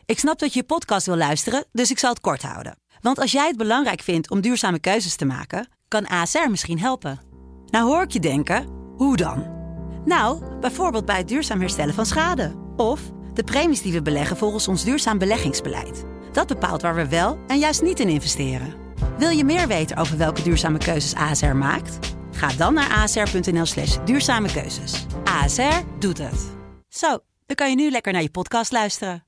Ik snap dat je podcast wil luisteren, dus ik zal het kort houden. Want als jij het belangrijk vindt om duurzame keuzes te maken, kan ASR misschien helpen. Nou hoor ik je denken, hoe dan? Nou, bijvoorbeeld bij het duurzaam herstellen van schade. Of de premies die we beleggen volgens ons duurzaam beleggingsbeleid. Dat bepaalt waar we wel en juist niet in investeren. Wil je meer weten over welke duurzame keuzes ASR maakt? Ga dan naar asr.nl/duurzame keuzes. ASR doet het. Zo, dan kan je nu lekker naar je podcast luisteren.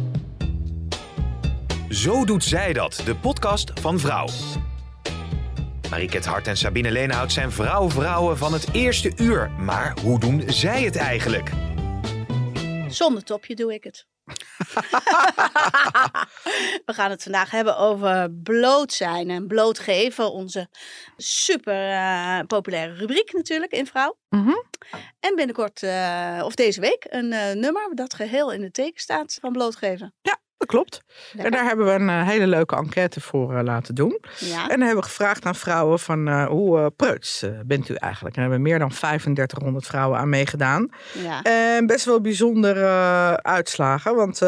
Zo doet zij dat, de podcast van Vrouw. Mariket Hart en Sabine Leenhout zijn vrouwen van het eerste uur. Maar hoe doen zij het eigenlijk? Zonder topje doe ik het. We gaan het vandaag hebben over bloot zijn en blootgeven. Onze super populaire rubriek natuurlijk in Vrouw. Mm-hmm. En binnenkort, of deze week, een nummer dat geheel in het teken staat van blootgeven. Ja, dat klopt. Lekker. En daar hebben we een hele leuke enquête voor laten doen. Ja. En dan hebben we gevraagd aan vrouwen van hoe preuts bent u eigenlijk? En daar hebben meer dan 3500 vrouwen aan meegedaan. Ja. En best wel bijzondere uitslagen. Want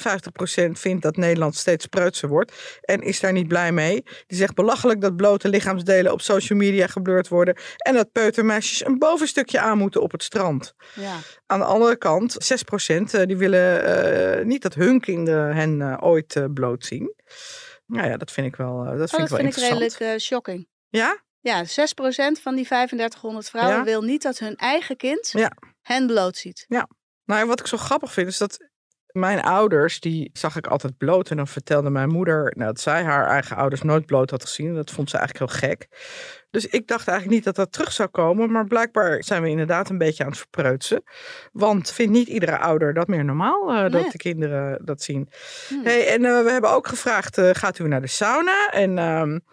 53% vindt dat Nederland steeds preutser wordt. En is daar niet blij mee. Die zegt belachelijk dat blote lichaamsdelen op social media geblurred worden. En dat peutermeisjes een bovenstukje aan moeten op het strand. Ja. Aan de andere kant, 6% die willen niet dat hun kinderen hen ooit bloot zien. Nou ja, dat vind ik wel interessant. Dat vind ik redelijk shocking. Ja? Ja, 6% van die 3500 vrouwen wil niet dat hun eigen kind hen bloot ziet. Ja. Nou, wat ik zo grappig vind is dat mijn ouders, die zag ik altijd bloot. En dan vertelde mijn moeder dat zij haar eigen ouders nooit bloot had gezien. Dat vond ze eigenlijk heel gek. Dus ik dacht eigenlijk niet dat dat terug zou komen. Maar blijkbaar zijn we inderdaad een beetje aan het verpreutsen. Want vindt niet iedere ouder dat meer normaal dat de kinderen dat zien. Hey, en we hebben ook gevraagd, gaat u naar de sauna? En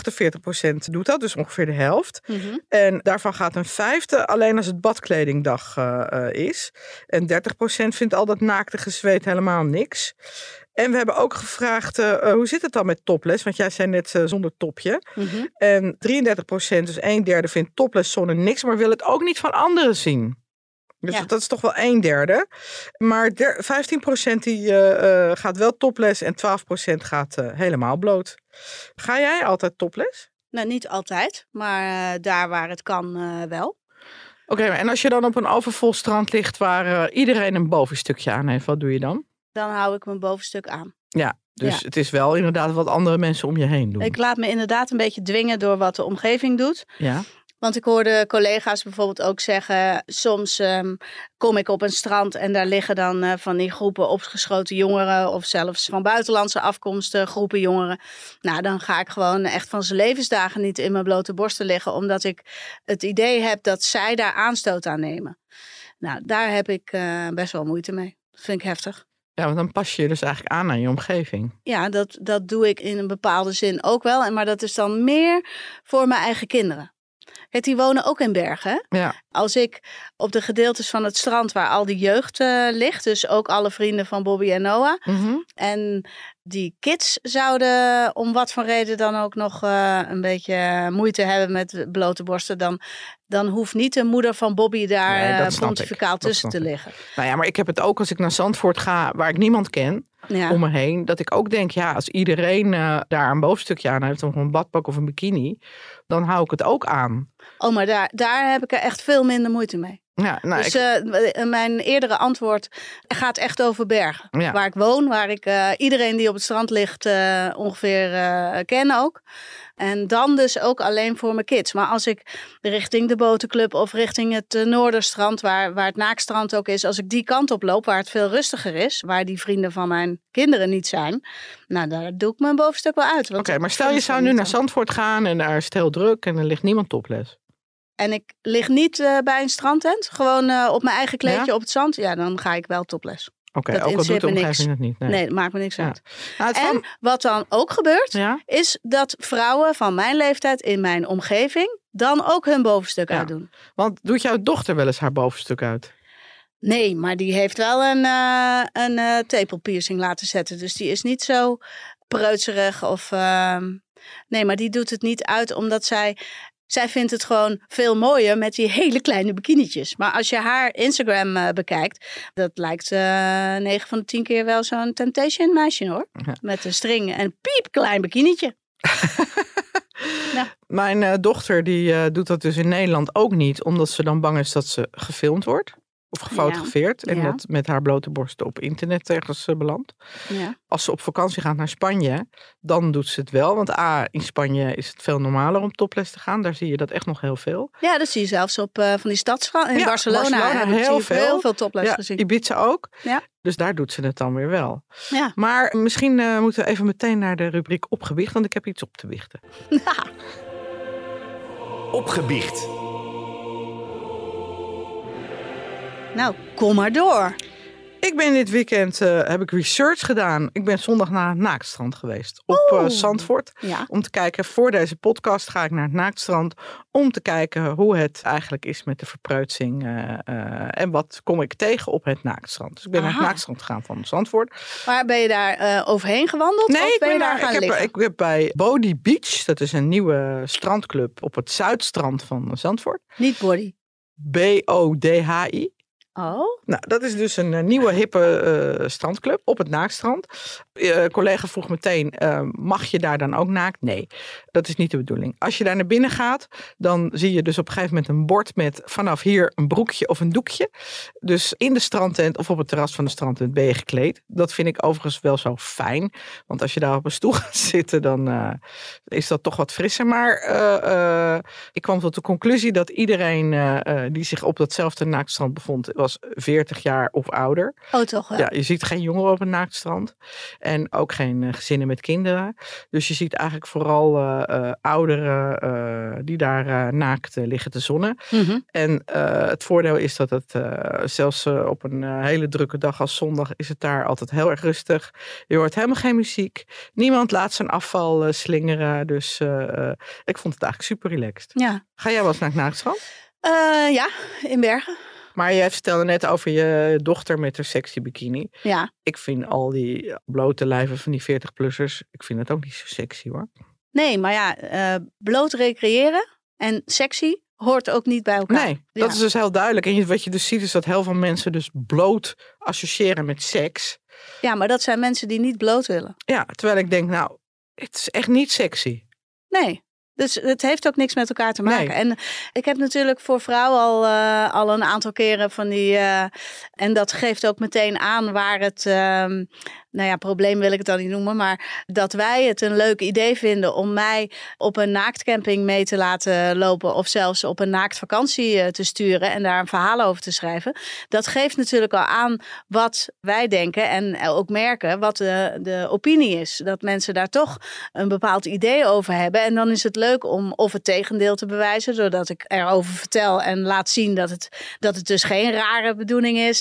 48% doet dat, dus ongeveer de helft. Mm-hmm. En daarvan gaat een vijfde alleen als het badkledingdag is. En 30% vindt al dat naakte gezweet helemaal niks. En we hebben ook gevraagd, hoe zit het dan met topless? Want jij zei net zonder topje. Mm-hmm. En 33%, dus 1/3, vindt topless zonder niks, maar wil het ook niet van anderen zien. Dus dat is toch wel 1/3. Maar 15% die gaat wel topless en 12% gaat helemaal bloot. Ga jij altijd topless? Nou, niet altijd, maar daar waar het kan wel. Oké, en als je dan op een overvol strand ligt waar iedereen een bovenstukje aan heeft, wat doe je dan? Dan hou ik mijn bovenstuk aan. Ja, dus het is wel inderdaad wat andere mensen om je heen doen. Ik laat me inderdaad een beetje dwingen door wat de omgeving doet. Ja. Want ik hoorde collega's bijvoorbeeld ook zeggen, soms kom ik op een strand en daar liggen dan van die groepen opgeschoten jongeren of zelfs van buitenlandse afkomsten groepen jongeren. Nou, dan ga ik gewoon echt van zijn levensdagen niet in mijn blote borsten liggen, omdat ik het idee heb dat zij daar aanstoot aan nemen. Nou, daar heb ik best wel moeite mee. Dat vind ik heftig. Ja, want dan pas je je dus eigenlijk aan je omgeving. Ja, dat doe ik in een bepaalde zin ook wel. Maar dat is dan meer voor mijn eigen kinderen. Kijk, die wonen ook in Bergen. Hè? Ja. Als ik op de gedeeltes van het strand waar al die jeugd ligt. Dus ook alle vrienden van Bobby en Noah. Mm-hmm. En die kids zouden om wat voor reden dan ook nog een beetje moeite hebben met blote borsten. Dan hoeft niet de moeder van Bobby daar pontificaal tussen te liggen. Nou ja, maar ik heb het ook als ik naar Zandvoort ga waar ik niemand ken om me heen. Dat ik ook denk, ja, als iedereen daar een bovenstukje aan heeft, of een badpak of een bikini, dan hou ik het ook aan. Oh, maar daar heb ik er echt veel minder moeite mee. Ja, nou, dus mijn eerdere antwoord gaat echt over Bergen. Ja. Waar ik woon, waar ik iedereen die op het strand ligt ongeveer ken ook. En dan dus ook alleen voor mijn kids. Maar als ik richting de botenclub of richting het Noorderstrand, waar het Naakstrand ook is, als ik die kant op loop, waar het veel rustiger is, waar die vrienden van mijn kinderen niet zijn, nou, daar doe ik mijn bovenstuk wel uit. Oké, maar stel je zou nu naar Zandvoort gaan en daar is het heel druk en er ligt niemand topless. En ik lig niet bij een strandtent, gewoon op mijn eigen kleedje op het zand. Ja, dan ga ik wel topless. Oké, ook al doet de omgeving het niet. Nee, dat maakt me niks uit. Nou, wat dan ook gebeurt, is dat vrouwen van mijn leeftijd in mijn omgeving dan ook hun bovenstuk uitdoen. Want doet jouw dochter wel eens haar bovenstuk uit? Nee, maar die heeft wel een tepelpiercing laten zetten. Dus die is niet zo preutserig of... Nee, maar die doet het niet uit omdat zij Zij vindt het gewoon veel mooier met die hele kleine bikinietjes. Maar als je haar Instagram bekijkt, dat lijkt 9 van de 10 keer wel zo'n Temptation meisje hoor. Ja. Met een string en een piepklein bikinietje. Ja. Mijn dochter die doet dat dus in Nederland ook niet, omdat ze dan bang is dat ze gefilmd wordt. Of gefotografeerd en dat met haar blote borsten op internet ergens belandt. Ja. Als ze op vakantie gaat naar Spanje, dan doet ze het wel. Want in Spanje is het veel normaler om topless te gaan. Daar zie je dat echt nog heel veel. Ja, dat zie je zelfs op van die stadsstranden. In Barcelona heel veel topless gezien. Ibiza ook. Ja. Dus daar doet ze het dan weer wel. Ja. Maar misschien moeten we even meteen naar de rubriek Opgebiecht. Want ik heb iets op te biechten. Opgebiecht. Nou, kom maar door. Ik ben dit weekend, heb ik research gedaan. Ik ben zondag naar het Naaktstrand geweest. Op Zandvoort. Ja. Om te kijken, voor deze podcast ga ik naar het Naaktstrand. Om te kijken hoe het eigenlijk is met de verpreutsing. En wat kom ik tegen op het Naaktstrand. Dus ik ben naar het Naaktstrand gegaan van Zandvoort. Maar ben je daar overheen gewandeld? Nee, of ben je daar gaan liggen? Ik heb bij Body Beach. Dat is een nieuwe strandclub op het Zuidstrand van Zandvoort. Niet Body. BODHI. Oh. Nou, dat is dus een nieuwe hippe strandclub op het Naaktstrand. Collega vroeg meteen, mag je daar dan ook naakt? Nee, dat is niet de bedoeling. Als je daar naar binnen gaat, dan zie je dus op een gegeven moment een bord met vanaf hier een broekje of een doekje. Dus in de strandtent of op het terras van de strandtent ben je gekleed. Dat vind ik overigens wel zo fijn. Want als je daar op een stoel gaat zitten, dan is dat toch wat frisser. Maar ik kwam tot de conclusie dat iedereen die zich op datzelfde Naaktstrand bevond, was 40 jaar of ouder. Oh, toch wel? Ja, je ziet geen jongeren op een Naaktstrand. En ook geen gezinnen met kinderen. Dus je ziet eigenlijk vooral ouderen die daar naakt liggen te zonnen. Mm-hmm. En het voordeel is dat het zelfs op een hele drukke dag als zondag is het daar altijd heel erg rustig. Je hoort helemaal geen muziek. Niemand laat zijn afval slingeren. Dus ik vond het eigenlijk super relaxed. Ja. Ga jij wel eens naar het Naaktstrand? Ja, in Bergen. Maar jij vertelde net over je dochter met haar sexy bikini. Ja. Ik vind al die blote lijven van die 40-plussers, ik vind het ook niet zo sexy hoor. Nee, maar ja, bloot recreëren en sexy hoort ook niet bij elkaar. Nee, dat is dus heel duidelijk. En wat je dus ziet is dat heel veel mensen dus bloot associëren met seks. Ja, maar dat zijn mensen die niet bloot willen. Ja, terwijl ik denk, nou, het is echt niet sexy. Nee. Dus het heeft ook niks met elkaar te maken. Nee. En ik heb natuurlijk voor vrouwen al een aantal keren van die... en dat geeft ook meteen aan waar het... probleem wil ik het dan niet noemen. Maar dat wij het een leuk idee vinden om mij op een naaktcamping mee te laten lopen. Of zelfs op een naaktvakantie te sturen. En daar een verhaal over te schrijven. Dat geeft natuurlijk al aan wat wij denken. En ook merken wat de opinie is. Dat mensen daar toch een bepaald idee over hebben. En dan is het leuk om of het tegendeel te bewijzen. Doordat ik erover vertel en laat zien dat het dus geen rare bedoeling is.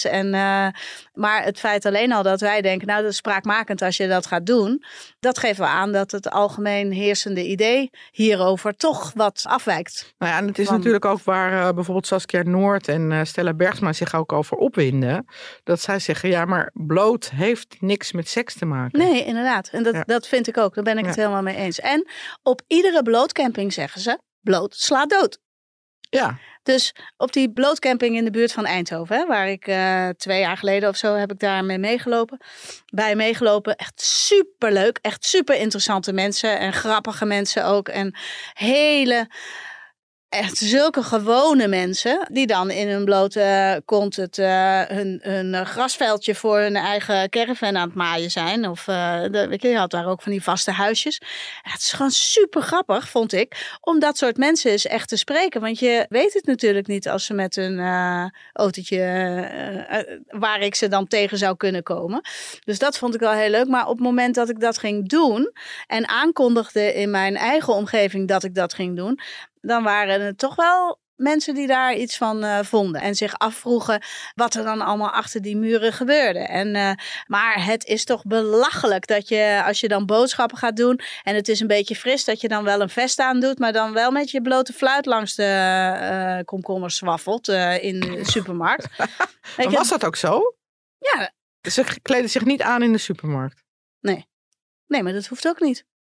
Maar het feit alleen al dat wij denken, nou dat is spraakmakend als je dat gaat doen. Dat geeft wel aan dat het algemeen heersende idee hierover toch wat afwijkt. Nou ja, en het is natuurlijk ook waar bijvoorbeeld Saskia Noord en Stella Bergsma zich ook over opwinden. Dat zij zeggen, ja maar bloot heeft niks met seks te maken. Nee, inderdaad. En dat vind ik ook. Daar ben ik het helemaal mee eens. En op iedere blootcamping zeggen ze, bloot slaat dood. Ja. Dus op die blootcamping in de buurt van Eindhoven, hè, waar ik 2 jaar geleden of zo heb ik daar bij meegelopen. Echt superleuk, echt super interessante mensen en grappige mensen ook. En echt zulke gewone mensen die dan in hun blote kont hun grasveldje voor hun eigen caravan aan het maaien zijn. Of je had daar ook van die vaste huisjes. Ja, het is gewoon super grappig, vond ik, om dat soort mensen eens echt te spreken. Want je weet het natuurlijk niet als ze met hun autootje waar ik ze dan tegen zou kunnen komen. Dus dat vond ik wel heel leuk. Maar op het moment dat ik dat ging doen en aankondigde in mijn eigen omgeving dat ik dat ging doen, dan waren er toch wel mensen die daar iets van vonden. En zich afvroegen wat er dan allemaal achter die muren gebeurde. Maar het is toch belachelijk dat je, als je dan boodschappen gaat doen en het is een beetje fris, dat je dan wel een vest aan doet, maar dan wel met je blote fluit langs de komkommers zwaffelt in de supermarkt. Was dat ook zo? Ja. Ze kleden zich niet aan in de supermarkt? Nee, maar dat hoeft ook niet.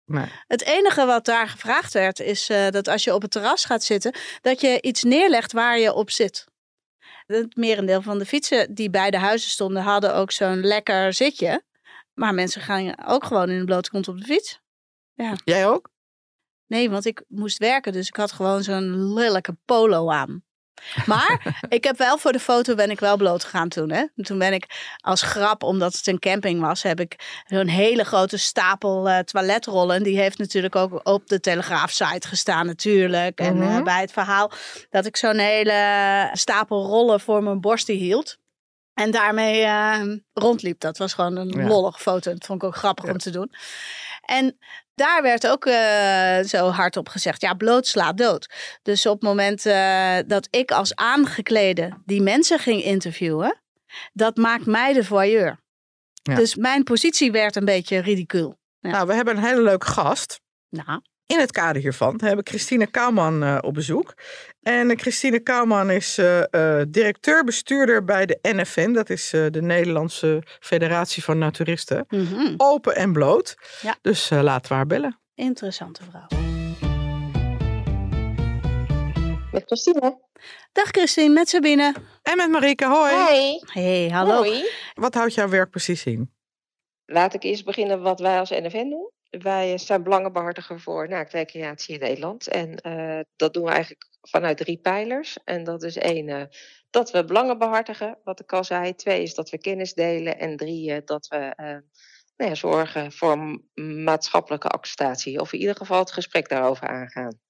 Nee. Het enige wat daar gevraagd werd is dat als je op het terras gaat zitten, dat je iets neerlegt waar je op zit. Het merendeel van de fietsen die bij de huizen stonden, hadden ook zo'n lekker zitje. Maar mensen gingen ook gewoon in de blote kont op de fiets. Ja. Jij ook? Nee, want ik moest werken, dus ik had gewoon zo'n lelijke polo aan. Maar ik heb wel voor de foto ben ik wel bloot gegaan toen. Hè? Toen ben ik als grap, omdat het een camping was, heb ik zo'n hele grote stapel toiletrollen. En die heeft natuurlijk ook op de Telegraaf-site gestaan natuurlijk. En bij het verhaal dat ik zo'n hele stapel rollen voor mijn borsten hield. En daarmee rondliep. Dat was gewoon een lollige foto. Dat vond ik ook grappig om te doen. En daar werd ook zo hard op gezegd, ja, bloot slaat dood. Dus op het moment dat ik als aangeklede die mensen ging interviewen, dat maakt mij de voyeur. Ja. Dus mijn positie werd een beetje ridicuul. Ja. Nou, we hebben een hele leuke gast. Nou. In het kader hiervan hebben we Christine Kouwman op bezoek. En Christine Kouwman is directeur-bestuurder bij de NFN. Dat is de Nederlandse Federatie van Naturisten. Open en bloot. Ja. Dus laten we haar bellen. Interessante vrouw. Met Christine. Dag Christine, met Sabine. En met Marieke, hoi. Hoi. Hey, hallo. Hoi. Wat houdt jouw werk precies in? Laat ik eerst beginnen wat wij als NFN doen. Wij zijn belangenbehartiger voor naakrecreatie in Nederland. En dat doen we eigenlijk vanuit 3 pijlers. En dat is 1, dat we belangen behartigen, wat ik al zei. 2 is dat we kennis delen. En 3, dat we zorgen voor maatschappelijke acceptatie. Of in ieder geval het gesprek daarover aangaan.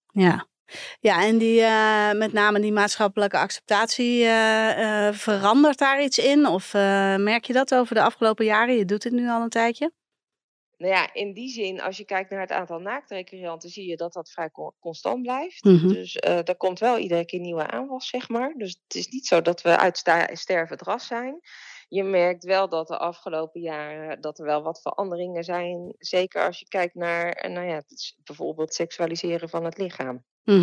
Ja, en die, met name die maatschappelijke acceptatie, verandert daar iets in? Of merk je dat over de afgelopen jaren? Je doet het nu al een tijdje. Nou ja, in die zin, als je kijkt naar het aantal naaktrecreanten, zie je dat dat vrij constant blijft. Dus er komt wel iedere keer nieuwe aanwas, zeg maar. Dus het is niet zo dat we uitstervend ras zijn. Je merkt wel dat de afgelopen jaren dat er wel wat veranderingen zijn. Zeker als je kijkt naar bijvoorbeeld seksualiseren van het lichaam.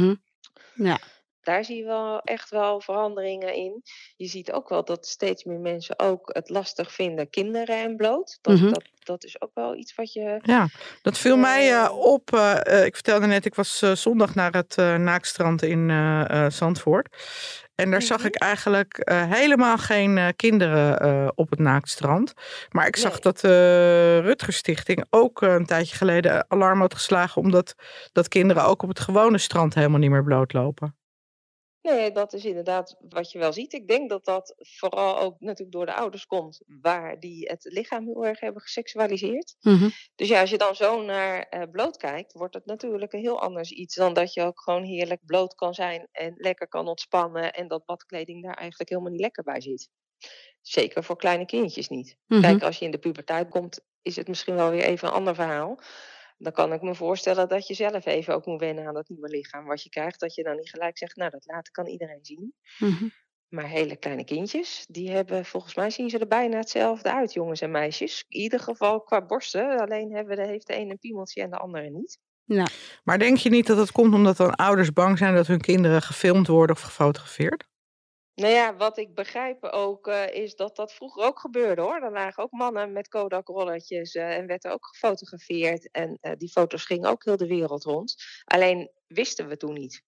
Ja. Daar zie je wel echt wel veranderingen in. Je ziet ook wel dat steeds meer mensen ook het lastig vinden, kinderen en bloot. Dat is ook wel iets wat je... Ja, dat viel mij op. Ik vertelde net, ik was zondag naar het Naakstrand in Zandvoort. En daar zag ik eigenlijk helemaal geen kinderen op het Naaktstrand. Maar ik zag dat de Rutgers Stichting ook een tijdje geleden alarm had geslagen, omdat dat kinderen ook op het gewone strand helemaal niet meer blootlopen. Nee, dat is inderdaad wat je wel ziet. Ik denk dat dat vooral ook natuurlijk door de ouders komt, waar die het lichaam heel erg hebben geseksualiseerd. Dus ja, als je dan zo naar bloot kijkt, wordt het natuurlijk een heel anders iets dan dat je ook gewoon heerlijk bloot kan zijn en lekker kan ontspannen en dat badkleding daar eigenlijk helemaal niet lekker bij zit. Zeker voor kleine kindjes niet. Kijk, als je in de puberteit komt, is het misschien wel weer even een ander verhaal. Dan kan ik me voorstellen dat je zelf even ook moet wennen aan dat nieuwe lichaam wat je krijgt. Dat je dan niet gelijk zegt, nou dat later kan iedereen zien. Maar hele kleine kindjes, die hebben volgens mij zien ze er bijna hetzelfde uit, jongens en meisjes. In ieder geval qua borsten. Alleen heeft de een een piemeltje en de andere niet. Ja. Maar denk je niet dat het komt omdat dan ouders bang zijn dat hun kinderen gefilmd worden of gefotografeerd? Nou ja, wat ik begrijp ook is dat dat vroeger ook gebeurde hoor. Er lagen ook mannen met Kodak-rolletjes en werd er ook gefotografeerd. En die foto's gingen ook heel de wereld rond. Alleen wisten we toen niet.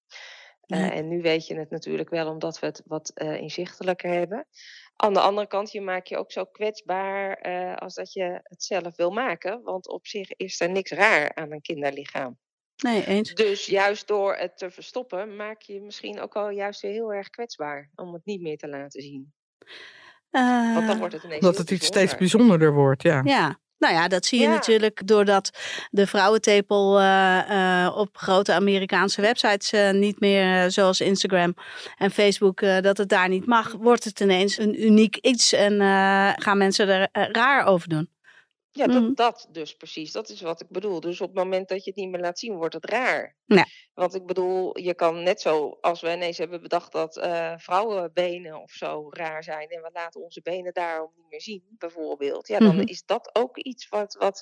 En nu weet je het natuurlijk wel omdat we het wat inzichtelijker hebben. Aan de andere kant, je maakt je ook zo kwetsbaar als dat je het zelf wil maken. Want op zich is er niks raar aan een kinderlichaam. Nee, eens. Dus juist door het te verstoppen, maak je misschien ook al juist weer heel erg kwetsbaar. Om het niet meer te laten zien. Want dan wordt het ineens dat het iets steeds bijzonderder wordt, ja. Ja. Nou ja, dat zie je natuurlijk doordat de vrouwentepel op grote Amerikaanse websites niet meer zoals Instagram en Facebook, dat het daar niet mag, wordt het ineens een uniek iets en gaan mensen er raar over doen. Ja, dat dus precies. Dat is wat ik bedoel. Dus op het moment dat je het niet meer laat zien, wordt het raar. Ja. Want ik bedoel, je kan net zo, als we ineens hebben bedacht dat vrouwenbenen of zo raar zijn en we laten onze benen daarom niet meer zien, bijvoorbeeld. Ja, dan is dat ook iets wat...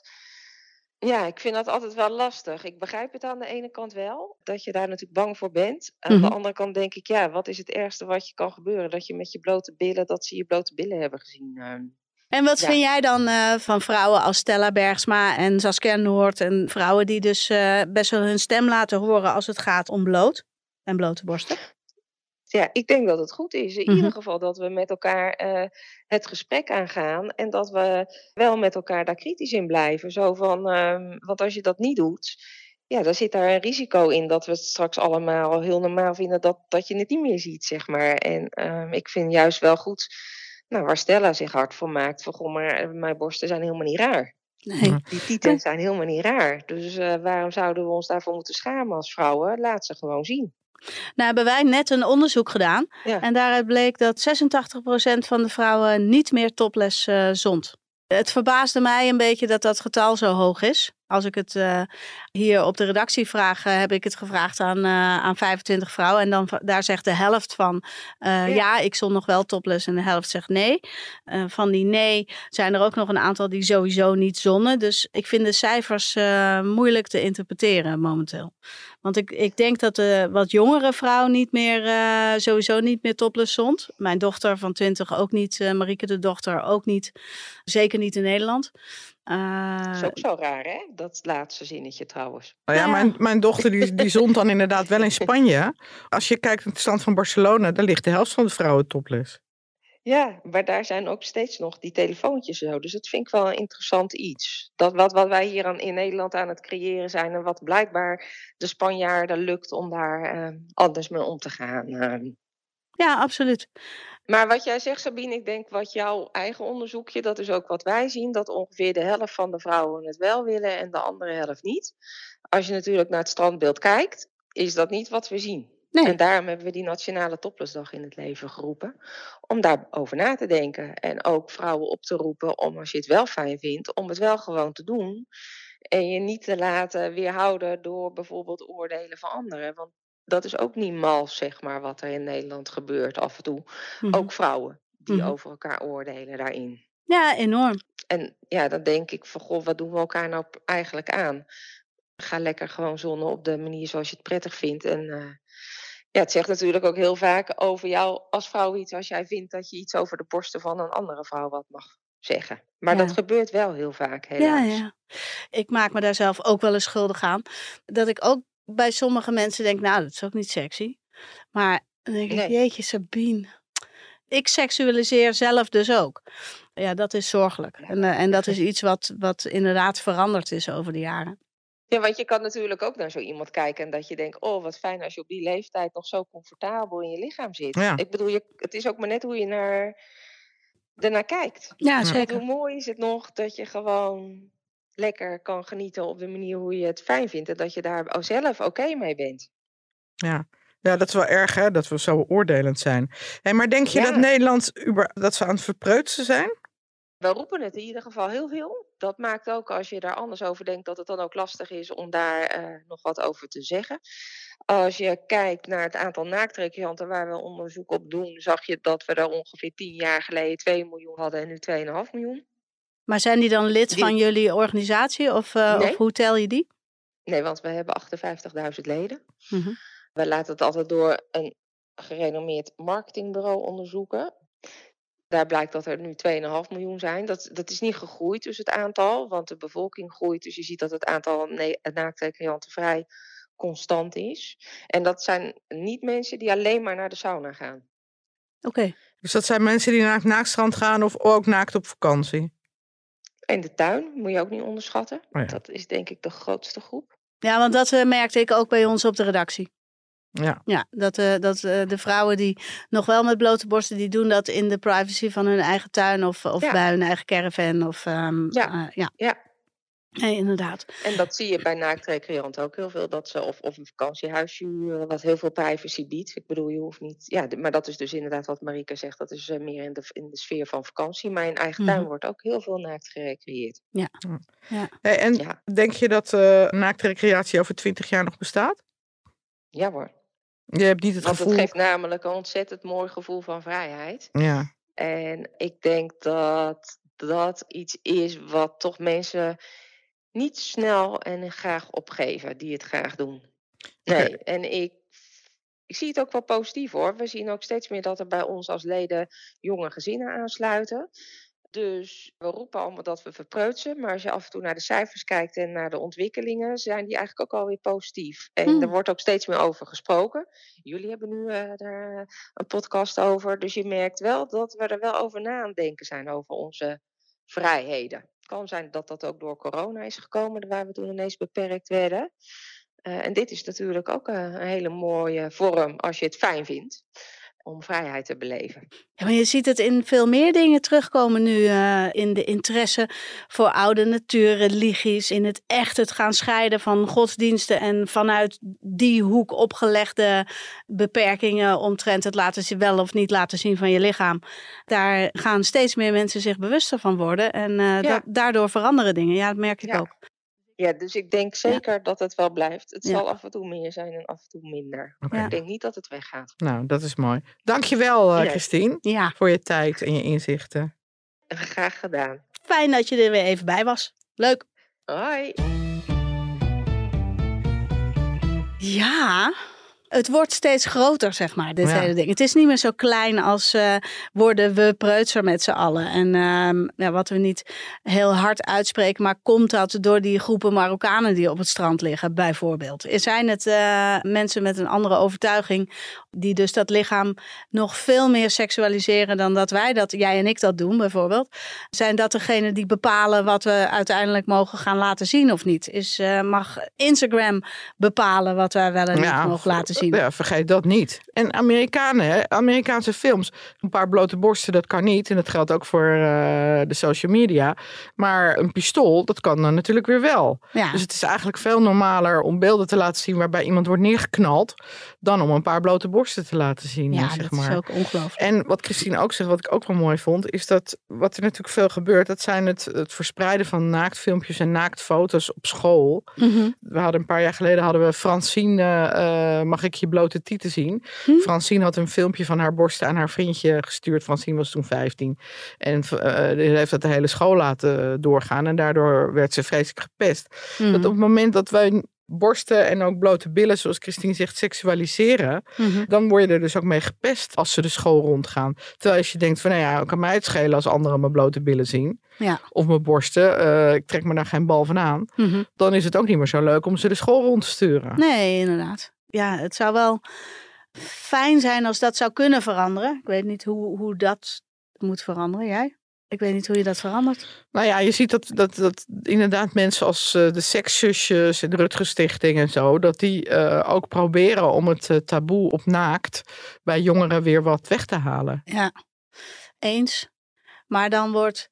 Ja, ik vind dat altijd wel lastig. Ik begrijp het aan de ene kant wel, dat je daar natuurlijk bang voor bent. Aan de andere kant denk ik, ja, wat is het ergste wat je kan gebeuren? Dat je met je blote billen, dat ze je blote billen hebben gezien. En wat vind jij dan van vrouwen als Stella Bergsma en Saskia Noord en vrouwen die dus best wel hun stem laten horen als het gaat om bloot en blote borsten? Ja, ik denk dat het goed is. In ieder geval dat we met elkaar het gesprek aangaan. En dat we wel met elkaar daar kritisch in blijven. Zo van, want als je dat niet doet, ja, dan zit daar een risico in dat we het straks allemaal heel normaal vinden dat je het niet meer ziet, zeg maar. En ik vind juist wel goed, waar Stella zich hard voor maakt. Van, goh, maar mijn borsten zijn helemaal niet raar. Nee. Die tieten zijn helemaal niet raar. Dus waarom zouden we ons daarvoor moeten schamen als vrouwen? Laat ze gewoon zien. Nou hebben wij net een onderzoek gedaan. Ja. En daaruit bleek dat 86% van de vrouwen niet meer topless zond. Het verbaasde mij een beetje dat dat getal zo hoog is. Als ik het hier op de redactie vraag, heb ik het gevraagd aan 25 vrouwen. En dan daar zegt de helft van ja, ik zond nog wel topless en de helft zegt nee. Van die nee zijn er ook nog een aantal die sowieso niet zonnen. Dus ik vind de cijfers moeilijk te interpreteren momenteel. Want ik denk dat de wat jongere vrouw niet meer, sowieso niet meer topless zond. Mijn dochter van 20 ook niet. Marieke de dochter ook niet. Zeker niet in Nederland. Dat is ook zo raar, hè? Dat laatste zinnetje trouwens. Nou ja, mijn dochter die zond dan inderdaad wel in Spanje. Als je kijkt naar de stand van Barcelona, daar ligt de helft van de vrouwen topless. Ja, maar daar zijn ook steeds nog die telefoontjes zo. Dus dat vind ik wel een interessant iets. Dat wat wij hier in Nederland aan het creëren zijn en wat blijkbaar de Spanjaarden lukt om daar anders mee om te gaan. Ja, absoluut. Maar wat jij zegt, Sabine, ik denk wat jouw eigen onderzoekje, dat is ook wat wij zien, dat ongeveer de helft van de vrouwen het wel willen en de andere helft niet. Als je natuurlijk naar het strandbeeld kijkt, is dat niet wat we zien. Nee. En daarom hebben we die Nationale Toplessdag in het leven geroepen. Om daarover na te denken. En ook vrouwen op te roepen om, als je het wel fijn vindt, om het wel gewoon te doen. En je niet te laten weerhouden door bijvoorbeeld oordelen van anderen. Want dat is ook niet mals, zeg maar, wat er in Nederland gebeurt af en toe. Ook vrouwen die over elkaar oordelen daarin. Ja, enorm. En ja, dan denk ik van, goh, wat doen we elkaar nou eigenlijk aan? Ga lekker gewoon zonnen op de manier zoals je het prettig vindt. En ja, het zegt natuurlijk ook heel vaak over jou als vrouw iets, als jij vindt dat je iets over de borsten van een andere vrouw wat mag zeggen. Maar dat gebeurt wel heel vaak, helaas. Ja. Ik maak me daar zelf ook wel eens schuldig aan. Dat ik ook bij sommige mensen denk, nou, dat is ook niet sexy. Maar dan denk ik, jeetje Sabine. Ik seksualiseer zelf dus ook. Ja, dat is zorgelijk. En dat is iets wat inderdaad veranderd is over de jaren. Ja, want je kan natuurlijk ook naar zo iemand kijken en dat je denkt, oh, wat fijn als je op die leeftijd nog zo comfortabel in je lichaam zit. Ja. Ik bedoel, het is ook maar net hoe je ernaar kijkt. Ja, zeker. Hoe mooi is het nog dat je gewoon lekker kan genieten op de manier hoe je het fijn vindt en dat je daar zelf oké mee bent. Ja, dat is wel erg, hè, dat we zo oordelend zijn. Hey, maar denk je dat Nederland, dat ze aan het verpreutsen zijn? We roepen het in ieder geval heel veel. Dat maakt ook, als je daar anders over denkt, dat het dan ook lastig is om daar nog wat over te zeggen. Als je kijkt naar het aantal naaktrecreanten waar we onderzoek op doen, zag je dat we er ongeveer 10 jaar geleden 2 miljoen hadden en nu 2,5 miljoen. Maar zijn die dan lid van jullie organisatie of hoe tel je die? Nee, want we hebben 58.000 leden. We laten het altijd door een gerenommeerd marketingbureau onderzoeken. Daar blijkt dat er nu 2,5 miljoen zijn. Dat is niet gegroeid, dus het aantal, want de bevolking groeit. Dus je ziet dat het aantal naaktrecreanten vrij constant is. En dat zijn niet mensen die alleen maar naar de sauna gaan. Oké. Dus dat zijn mensen die naar het naaktstrand gaan of ook naakt op vakantie? En de tuin moet je ook niet onderschatten. Oh ja. Dat is denk ik de grootste groep. Ja, want dat merkte ik ook bij ons op de redactie. Ja, dat de vrouwen die nog wel met blote borsten, die doen dat in de privacy van hun eigen tuin of bij hun eigen caravan. Ja. Nee, inderdaad. En dat zie je bij naaktrecreanten ook heel veel. Dat ze of een vakantiehuisje huren, wat heel veel privacy biedt. Ik bedoel, je hoeft niet... Ja, maar dat is dus inderdaad wat Marieke zegt. Dat is meer in de sfeer van vakantie. Maar in eigen tuin wordt ook heel veel naakt gerecreëerd. Ja. Hey, en denk je dat naaktrecreatie over 20 jaar nog bestaat? Ja hoor. Je hebt niet het gevoel... Want het geeft namelijk een ontzettend mooi gevoel van vrijheid. Ja. En ik denk dat dat iets is wat toch mensen niet snel en graag opgeven, die het graag doen. Nee, en ik zie het ook wel positief hoor. We zien ook steeds meer dat er bij ons als leden jonge gezinnen aansluiten. Dus we roepen allemaal dat we verpreutsen. Maar als je af en toe naar de cijfers kijkt en naar de ontwikkelingen, zijn die eigenlijk ook alweer positief. En er wordt ook steeds meer over gesproken. Jullie hebben nu daar een podcast over. Dus je merkt wel dat we er wel over na aan het denken zijn over onze vrijheden. Het kan zijn dat dat ook door corona is gekomen, waar we toen ineens beperkt werden. En dit is natuurlijk ook een hele mooie vorm als je het fijn vindt om vrijheid te beleven. Ja, maar je ziet het in veel meer dingen terugkomen nu in de interesse voor oude natuurreligies. In het echt het gaan scheiden van godsdiensten en vanuit die hoek opgelegde beperkingen omtrent het wel of niet laten zien van je lichaam. Daar gaan steeds meer mensen zich bewuster van worden en daardoor veranderen dingen. Ja, dat merk ik ook. Ja, dus ik denk zeker dat het wel blijft. Het zal af en toe meer zijn en af en toe minder. Okay. Ik denk niet dat het weggaat. Nou, dat is mooi. Dankjewel, Christine, voor je tijd en je inzichten. Graag gedaan. Fijn dat je er weer even bij was. Leuk. Hoi. Ja... Het wordt steeds groter, zeg maar, dit hele ding. Het is niet meer zo klein als worden we preutser met z'n allen. En wat we niet heel hard uitspreken, maar komt dat door die groepen Marokkanen die op het strand liggen, bijvoorbeeld? Zijn het mensen met een andere overtuiging die dus dat lichaam nog veel meer seksualiseren dan dat jij en ik dat doen, bijvoorbeeld? Zijn dat degenen die bepalen wat we uiteindelijk mogen gaan laten zien of niet? Mag Instagram bepalen wat wij wel en niet mogen laten zien? Ja, vergeet dat niet. En Amerikaanse films, een paar blote borsten, dat kan niet. En dat geldt ook voor de social media. Maar een pistool, dat kan dan natuurlijk weer wel. Ja. Dus het is eigenlijk veel normaler om beelden te laten zien waarbij iemand wordt neergeknald, dan om een paar blote borsten te laten zien. Ja, zeg dat maar. is ook ongelooflijk. En wat Christine ook zegt, wat ik ook wel mooi vond, is dat wat er natuurlijk veel gebeurt, dat zijn het verspreiden van naaktfilmpjes en naaktfoto's op school. Mm-hmm. We hadden een paar jaar geleden Francine, mag ik je blote tieten zien? Francine had een filmpje van haar borsten aan haar vriendje gestuurd. Francine was toen 15. En die heeft dat de hele school laten doorgaan. En daardoor werd ze vreselijk gepest. Dat op het moment dat wij borsten en ook blote billen, zoals Christine zegt, seksualiseren, dan word je er dus ook mee gepest als ze de school rondgaan. Terwijl als je denkt van, kan mij het schelen als anderen mijn blote billen zien. Ja. Of mijn borsten, ik trek me daar geen bal van aan. Dan is het ook niet meer zo leuk om ze de school rond te sturen. Nee, inderdaad. Ja, het zou wel fijn zijn als dat zou kunnen veranderen. Ik weet niet hoe dat moet veranderen. Jij? Ik weet niet hoe je dat verandert. Nou ja, je ziet dat inderdaad mensen als de Sekszusjes en de Rutgers Stichting en zo, dat die ook proberen om het taboe op naakt bij jongeren weer wat weg te halen. Ja, eens. Maar dan wordt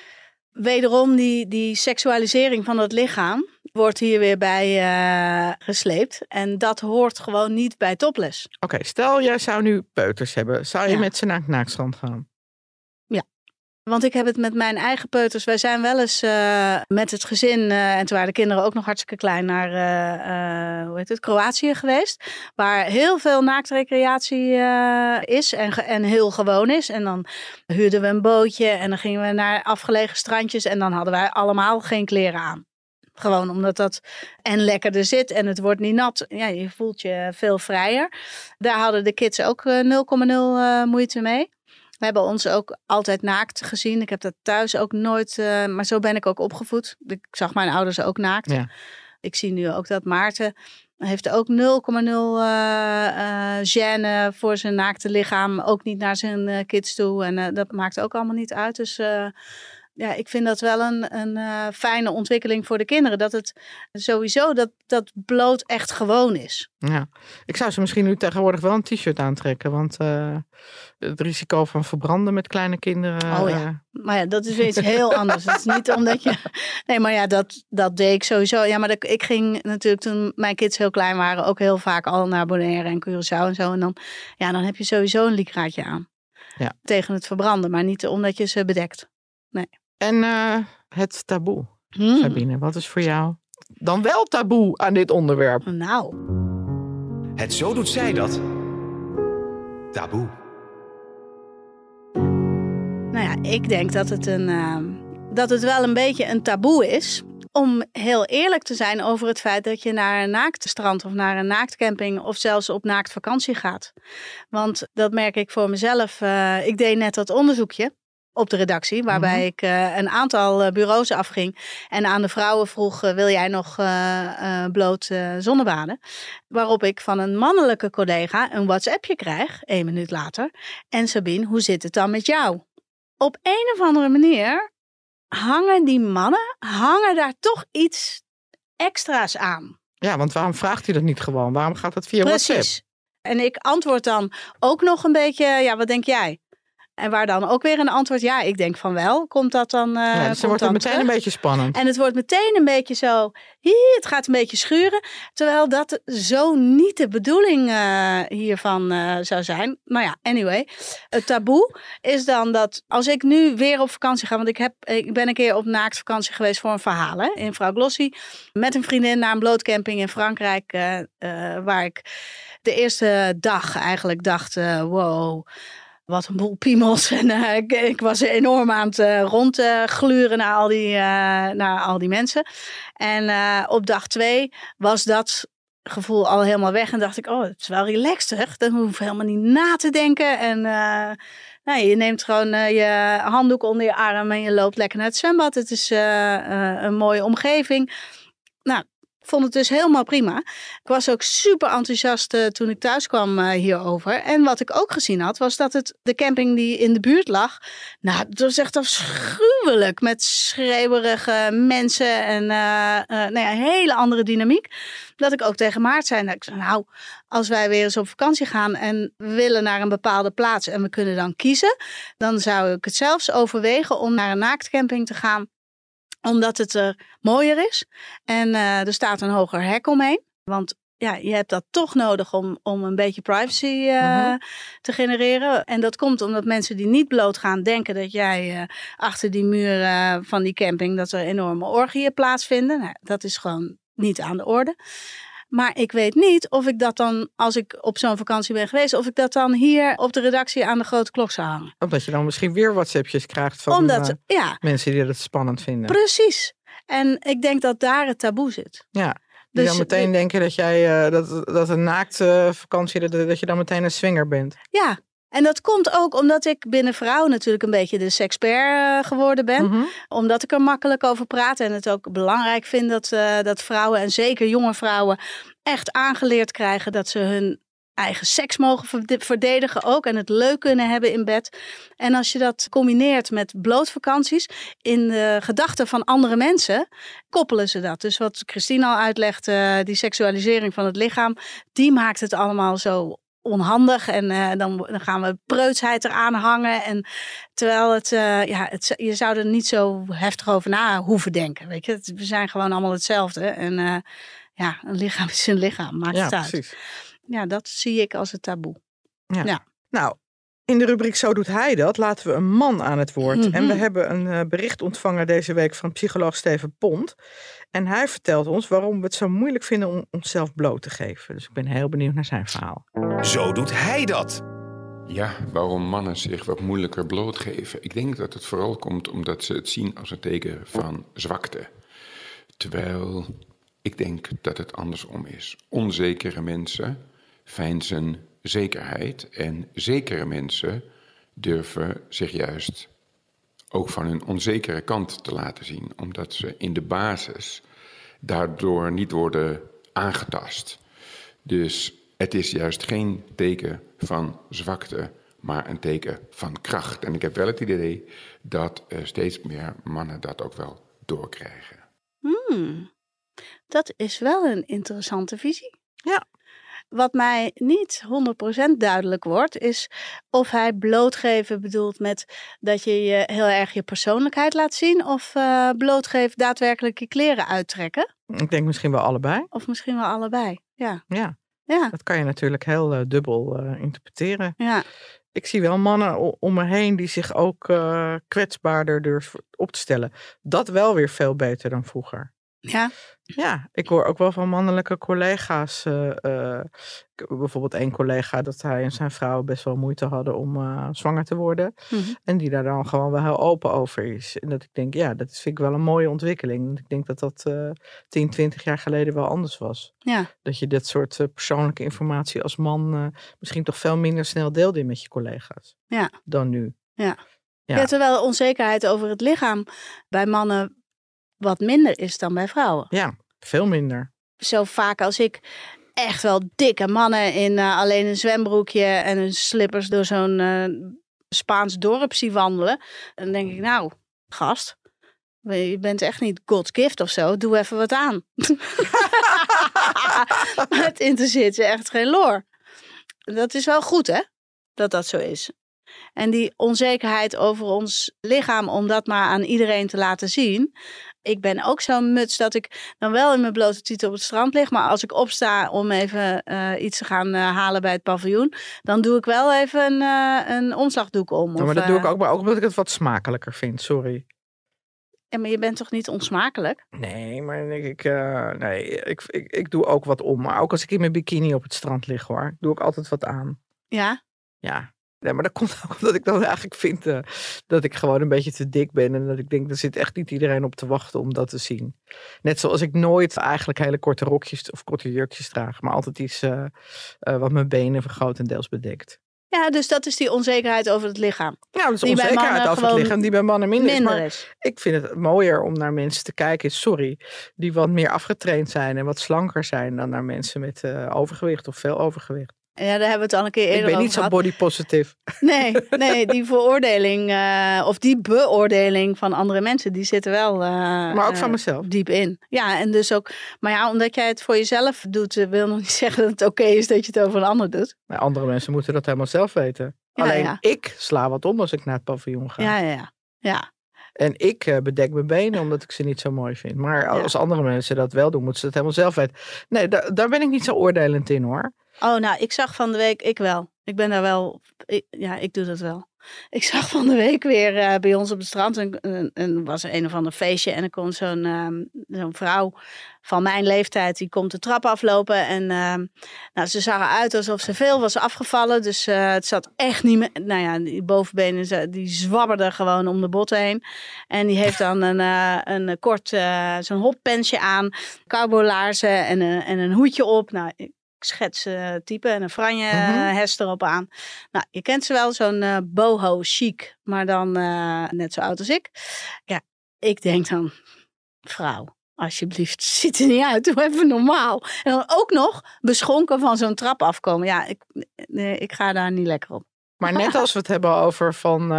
wederom die seksualisering van het lichaam wordt hier weer bij gesleept. En dat hoort gewoon niet bij topless. Oké, stel jij zou nu peuters hebben. Zou je met ze naar het naaktstrand gaan? Ja. Want ik heb het met mijn eigen peuters. Wij zijn wel eens met het gezin, en toen waren de kinderen ook nog hartstikke klein, naar Kroatië geweest. Waar heel veel naaktrecreatie is en heel gewoon is. En dan huurden we een bootje en dan gingen we naar afgelegen strandjes. En dan hadden wij allemaal geen kleren aan. Gewoon omdat dat en lekkerder zit en het wordt niet nat. Ja, je voelt je veel vrijer. Daar hadden de kids ook 0,0 moeite mee. We hebben ons ook altijd naakt gezien. Ik heb dat thuis ook nooit, maar zo ben ik ook opgevoed. Ik zag mijn ouders ook naakt. Ja. Ik zie nu ook dat Maarten heeft ook 0,0 gêne voor zijn naakte lichaam. Ook niet naar zijn kids toe. En dat maakt ook allemaal niet uit. Dus ja, ik vind dat wel een fijne ontwikkeling voor de kinderen. Dat het sowieso dat bloot echt gewoon is. Ja, ik zou ze misschien nu tegenwoordig wel een t-shirt aantrekken. Want het risico van verbranden met kleine kinderen. Oh ja, maar ja, dat is iets heel anders. Het is niet omdat je. Nee, maar ja, dat deed ik sowieso. Ja, maar ik ging natuurlijk toen mijn kids heel klein waren ook heel vaak al naar Bonaire en Curaçao en zo. En dan heb je sowieso een lycraatje aan. Ja. Tegen het verbranden, maar niet omdat je ze bedekt. Nee. En het taboe, Sabine, wat is voor jou dan wel taboe aan dit onderwerp? Nou. Het zo doet zij dat. Taboe. Nou ja, ik denk dat het wel een beetje een taboe is om heel eerlijk te zijn over het feit dat je naar een naaktstrand of naar een naaktcamping of zelfs op naaktvakantie gaat. Want dat merk ik voor mezelf. Ik deed net dat onderzoekje. op de redactie, waarbij ik een aantal bureaus afging en aan de vrouwen vroeg, wil jij nog bloot zonnebaden? Waarop ik van een mannelijke collega een WhatsAppje krijg, 1 minuut later. En Sabine, hoe zit het dan met jou? Op een of andere manier hangen die mannen daar toch iets extra's aan. Ja, want waarom vraagt hij dat niet gewoon? Waarom gaat dat via WhatsApp? Precies. En ik antwoord dan ook nog een beetje, wat denk jij? En waar dan ook weer een antwoord, ik denk van wel. Komt dat dan dus dan wordt het meteen een beetje spannend. En het wordt meteen een beetje zo, het gaat een beetje schuren. Terwijl dat zo niet de bedoeling hiervan zou zijn. Nou ja, anyway. Het taboe is dan dat als ik nu weer op vakantie ga. Want ik ben een keer op naaktvakantie geweest voor een verhaal. Hè, in Vrouw Glossy. Met een vriendin naar een blootcamping in Frankrijk. Waar ik de eerste dag eigenlijk dacht, wow... Wat een boel piemels. En ik was enorm aan het rondgluren naar al die mensen. En op dag 2 was dat gevoel al helemaal weg. En dacht ik, het is wel relaxed. Dan hoef je helemaal niet na te denken. En je neemt gewoon je handdoek onder je arm en je loopt lekker naar het zwembad. Het is een mooie omgeving. Nou, ik vond het dus helemaal prima. Ik was ook super enthousiast toen ik thuis kwam hierover. En wat ik ook gezien had, was dat de camping die in de buurt lag... Nou, dat was echt afschuwelijk. Met schreeuwerige mensen en een hele andere dynamiek. Dat ik ook tegen Maart zei, als wij weer eens op vakantie gaan... en we willen naar een bepaalde plaats en we kunnen dan kiezen... dan zou ik het zelfs overwegen om naar een naaktcamping te gaan... Omdat het er mooier is. En er staat een hoger hek omheen. Want je hebt dat toch nodig om een beetje privacy te genereren. En dat komt omdat mensen die niet bloot gaan denken dat jij achter die muur van die camping... dat er enorme orgieën plaatsvinden. Nou, dat is gewoon niet aan de orde. Maar ik weet niet of ik dat dan, als ik op zo'n vakantie ben geweest... of ik dat dan hier op de redactie aan de grote klok zou hangen. Omdat je dan misschien weer WhatsAppjes krijgt van mensen die dat spannend vinden. Precies. En ik denk dat daar het taboe zit. Ja, die dan meteen denken dat jij dat een naaktvakantie... dat je dan meteen een swinger bent. Ja. En dat komt ook omdat ik binnen vrouwen natuurlijk een beetje de sexpert geworden ben. Mm-hmm. Omdat ik er makkelijk over praat en het ook belangrijk vind dat vrouwen en zeker jonge vrouwen echt aangeleerd krijgen dat ze hun eigen seks mogen verdedigen ook en het leuk kunnen hebben in bed. En als je dat combineert met blootvakanties in de gedachten van andere mensen, koppelen ze dat. Dus wat Christine al uitlegt, die seksualisering van het lichaam, die maakt het allemaal zo onhandig en dan gaan we preutsheid eraan hangen. En terwijl je zou er niet zo heftig over na hoeven denken. Weet je? We zijn gewoon allemaal hetzelfde. En een lichaam is een lichaam, maakt het uit. Precies. Ja, dat zie ik als het taboe. Ja. Nou, in de rubriek Zo doet hij dat laten we een man aan het woord. Mm-hmm. En we hebben een bericht ontvangen deze week van psycholoog Steven Pont. En hij vertelt ons waarom we het zo moeilijk vinden om onszelf bloot te geven. Dus ik ben heel benieuwd naar zijn verhaal. Zo doet hij dat. Ja, waarom mannen zich wat moeilijker blootgeven. Ik denk dat het vooral komt omdat ze het zien als een teken van zwakte. Terwijl ik denk dat het andersom is. Onzekere mensen veinzen zekerheid. En zekere mensen durven zich juist ook van hun onzekere kant te laten zien. Omdat ze in de basis daardoor niet worden aangetast. Dus het is juist geen teken van zwakte, maar een teken van kracht. En ik heb wel het idee dat steeds meer mannen dat ook wel doorkrijgen. Dat is wel een interessante visie. Ja. Wat mij niet 100% duidelijk wordt, is of hij blootgeven bedoelt met dat je heel erg je persoonlijkheid laat zien, of blootgeven daadwerkelijk je kleren uittrekken. Ik denk misschien wel allebei. Of misschien wel allebei, ja. Ja. Dat kan je natuurlijk heel dubbel interpreteren. Ja. Ik zie wel mannen om me heen die zich ook kwetsbaarder durven op te stellen. Dat wel weer veel beter dan vroeger. Ja, ik hoor ook wel van mannelijke collega's. Bijvoorbeeld één collega dat hij en zijn vrouw best wel moeite hadden om zwanger te worden. Mm-hmm. En die daar dan gewoon wel heel open over is. En dat ik denk, dat vind ik wel een mooie ontwikkeling. Want ik denk dat dat 10, 20 jaar geleden wel anders was. Ja. Dat je dit soort persoonlijke informatie als man misschien toch veel minder snel deelde met je collega's. Ja. Dan nu. Ja. Ja, terwijl onzekerheid over het lichaam bij mannen wat minder is dan bij vrouwen. Ja, veel minder. Zo vaak als ik echt wel dikke mannen in alleen een zwembroekje en een slippers door zo'n Spaans dorp zie wandelen. Dan denk ik, nou, gast, je bent echt niet God's gift of zo. Doe even wat aan. Maar het interesseert ze echt geen loor. Dat is wel goed, hè? Dat zo is. En die onzekerheid over ons lichaam, om dat maar aan iedereen te laten zien. Ik ben ook zo'n muts dat ik dan wel in mijn blote titel op het strand lig. Maar als ik opsta om even iets te gaan halen bij het paviljoen, dan doe ik wel even een omslagdoek om. Ja, maar dat doe ik ook, maar ook omdat ik het wat smakelijker vind, sorry. Ja, maar je bent toch niet onsmakelijk? Nee, maar ik doe ook wat om. Maar ook als ik in mijn bikini op het strand lig, hoor, doe ik altijd wat aan. Ja? Ja. Nee, maar dat komt ook omdat ik dan eigenlijk vind dat ik gewoon een beetje te dik ben. En dat ik denk, er zit echt niet iedereen op te wachten om dat te zien. Net zoals ik nooit eigenlijk hele korte rokjes of korte jurkjes draag. Maar altijd iets wat mijn benen grotendeels bedekt. Ja, dus dat is die onzekerheid over het lichaam. Ja, dat is onzekerheid over het lichaam die bij mannen minder is. Ik vind het mooier om naar mensen te kijken, die wat meer afgetraind zijn en wat slanker zijn dan naar mensen met overgewicht of veel overgewicht. Ja, daar hebben we het al een keer eerder over gehad. Ik ben niet zo body positive. Nee, die veroordeling of die beoordeling van andere mensen, die zitten wel maar ook van mezelf. Diep in. Ja, en dus ook, maar ja, omdat jij het voor jezelf doet, wil nog niet zeggen dat het oké is dat je het over een ander doet. Maar andere mensen moeten dat helemaal zelf weten. Ja, alleen ik sla wat om als ik naar het paviljoen ga. Ja. En ik bedek mijn benen omdat ik ze niet zo mooi vind. Maar als andere mensen dat wel doen, moeten ze het helemaal zelf weten. Nee, daar ben ik niet zo oordelend in, hoor. Oh, nou, ik zag van de week, ik wel. Ik ben daar wel, ik doe dat wel. Ik zag van de week weer bij ons op het strand, en was er een of ander feestje. En er komt zo'n vrouw van mijn leeftijd, die komt de trap aflopen. En nou, ze zag eruit alsof ze veel was afgevallen. Dus het zat echt niet meer, nou ja, die bovenbenen, die zwabberden gewoon om de botten heen. En die heeft dan een kort, zo'n hoppensje aan, cowboylaarzen en een hoedje op. Nou, schets type en een franje hest erop aan. Nou, je kent ze wel, zo'n boho chic, maar dan net zo oud als ik. Ja, ik denk dan, vrouw, alsjeblieft, ziet er niet uit, doe even normaal. En dan ook nog beschonken van zo'n trap afkomen. Ja, ik ga daar niet lekker op. Maar net als we het hebben over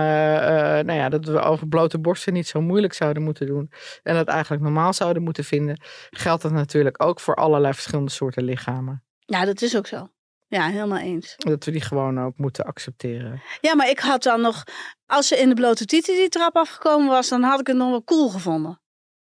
dat we over blote borsten niet zo moeilijk zouden moeten doen en dat eigenlijk normaal zouden moeten vinden, geldt dat natuurlijk ook voor allerlei verschillende soorten lichamen. Ja, dat is ook zo. Ja, helemaal eens. Dat we die gewoon ook moeten accepteren. Ja, maar ik had dan nog, als ze in de blote tieten die trap afgekomen was, dan had ik het nog wel cool gevonden.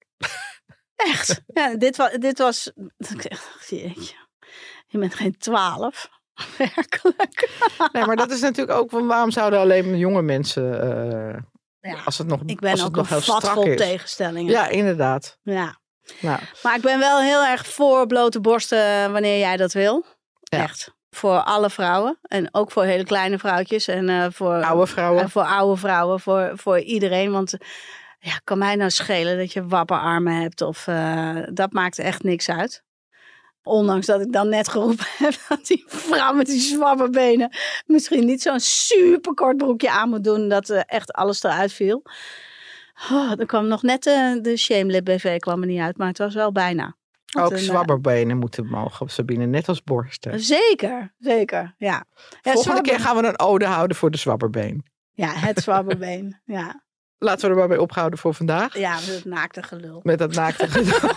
Echt. Ja, dit was, jeetje, je bent geen 12. Werkelijk. Nee, maar dat is natuurlijk ook, waarom zouden alleen jonge mensen, als het nog, ik ben als ook het nog heel vat strak vol is. tegenstellingen. Ja, inderdaad. Ja. Nou. Maar ik ben wel heel erg voor blote borsten wanneer jij dat wil. Ja. Echt. Voor alle vrouwen. En ook voor hele kleine vrouwtjes. En voor oude vrouwen. Voor oude vrouwen. Voor iedereen. Want ja, kan mij nou schelen dat je wapperarmen hebt. Of dat maakt echt niks uit. Ondanks dat ik dan net geroepen heb dat die vrouw met die zwabberbenen misschien niet zo'n superkort broekje aan moet doen. Dat echt alles eruit viel. Oh, dan kwam nog net de Shamelip BV kwam er niet uit, maar het was wel bijna. Ook zwabberbenen moeten mogen, Sabine, net als borsten. Zeker, ja. Volgende keer gaan we een ode houden voor de zwabberbeen. Ja, het zwabberbeen, ja. Laten we er maar mee ophouden voor vandaag. Ja, met het naakte gelul. Met dat naakte gelul.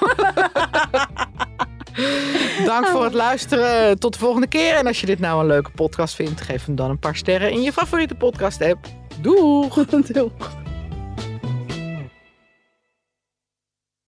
Dank voor het luisteren. Tot de volgende keer. En als je dit nou een leuke podcast vindt, geef hem dan een paar sterren in je favoriete podcast app. Doeg! Doeg!